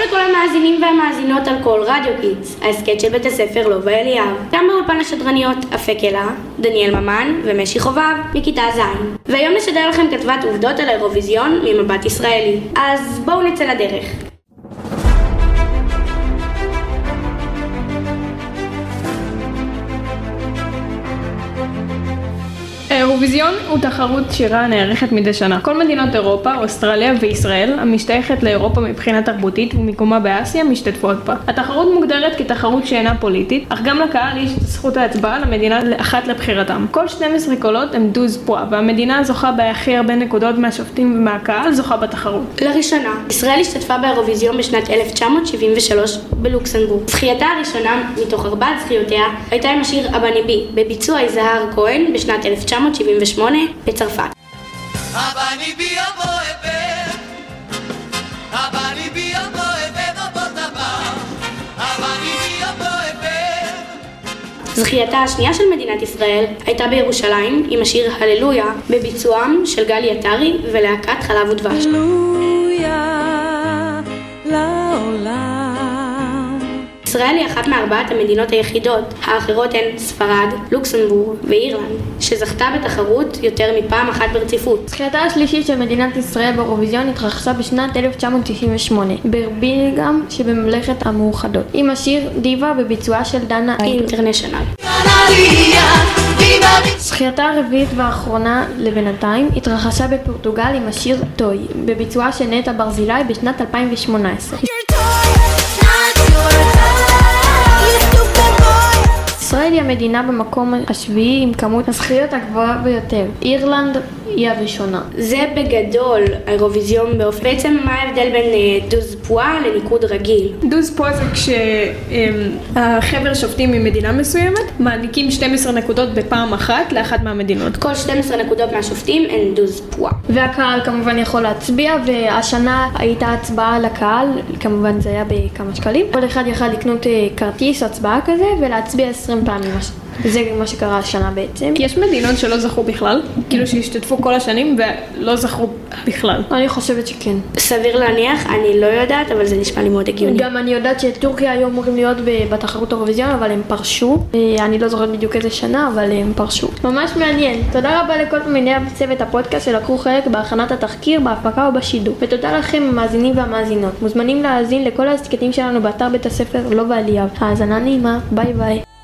לכל המאזינים והמאזינות על כל רדיו קידס, ההסכת של בית הספר לובה אליאב. גם באולפן השדרניות אפק אלה, דניאל ממן ומשי חובב מכיתה ז'. והיום נשדר לכם כתבת עובדות על האירוויזיון ממבט ישראלי. אז בואו נצא לדרך. האירוויזיון הוא תחרות שירה הנערכת מדי שנה. כל מדינות אירופה, אוסטרליה וישראל, המשתייכת לאירופה מבחינה תרבותית ומקומה באסיה, משתתפות בה. התחרות מוגדרת כתחרות שאינה פוליטית, אך גם לקהל יש זכות ההצבעה למדינה אחת לבחירתם. כל 12 קולות הם דוז פואה, והמדינה הזוכה בהכי הרבה נקודות מהשופטים ומהקהל זוכה בתחרות. לראשונה, ישראל השתתפה באירוויזיון בשנת 1973 בלוקסמבורג. זכייתה הראשונה מתוך 4 זכיותיה הייתה עם השיר אבני בי, בביצוע יזהר כהן בשנת 1978 בצרפת. אבני בי אבו אבר, אבני בי אבו אבר אבו דבר, אבני בי אבו אבר. זכייתה השנייה של מדינת ישראל הייתה בירושלים עם השיר הללויה בביצועם של גלי עטרי ולהקת חלב ודבש. הללויה לעולם. ישראל היא אחת מארבעת המדינות היחידות, האחרות הן ספרד, לוקסמבורג ואירלנד, שזכתה בתחרות יותר מפעם אחת ברציפות. זכייתה השלישית של מדינת ישראל באירוויזיון התרחשה בשנת 1998 ברמינגהאם שבממלכת המאוחדות עם השיר דיבה בביצועה של דנה אינטרנשיונל. זכייתה הרביעית והאחרונה לבינתיים התרחשה בפורטוגל עם השיר טוי בביצועה של נטע ברזילי בשנת 2018. ישראל היא המדינה במקום השביעי עם כמות הזכיות הגבוהה ביותר. אירלנד היא הראשונה. זה בגדול האירוויזיון באופן. בעצם מה ההבדל בין דוז פואה לניקוד רגיל? דוז פואה זה כשהחבר שופטים ממדינה מסוימת מעניקים 12 נקודות בפעם אחת לאחת מהמדינות. כל 12 נקודות מהשופטים הן דוז פואה. והקהל כמובן יכול להצביע, והשנה הייתה הצבעה לקהל, כמובן זה היה בכמה שקלים. כל אחד יכל לקנות כרטיס הצבעה כזה ולהצביע 20 פעמים. זה מה שקרה השנה בעצם. יש מדינות שלא זכו בכלל, כאילו שהשתתפו כל השנים ולא זכו בכלל. אני חושבת שכן. סביר להניח, אני לא יודעת, אבל זה נשמע לי מאוד הגיוני. גם אני יודעת שטורקיה היו אמורים להיות בתחרות האירוויזיון, אבל הם פרשו. אני לא זוכרת בדיוק איזה שנה, אבל הם פרשו. ממש מעניין. תודה רבה לכל מיני צוות הפודקאסט שלקחו חלק בהכנת התחקיר, בהפקה ובשידור. ותודה לכם המאזינים והמאזינות. מוזמנים להאזין לכל ההסכתים שלנו באתר בית הספר לובה אליאב. האזנה נעימה. ביי ביי.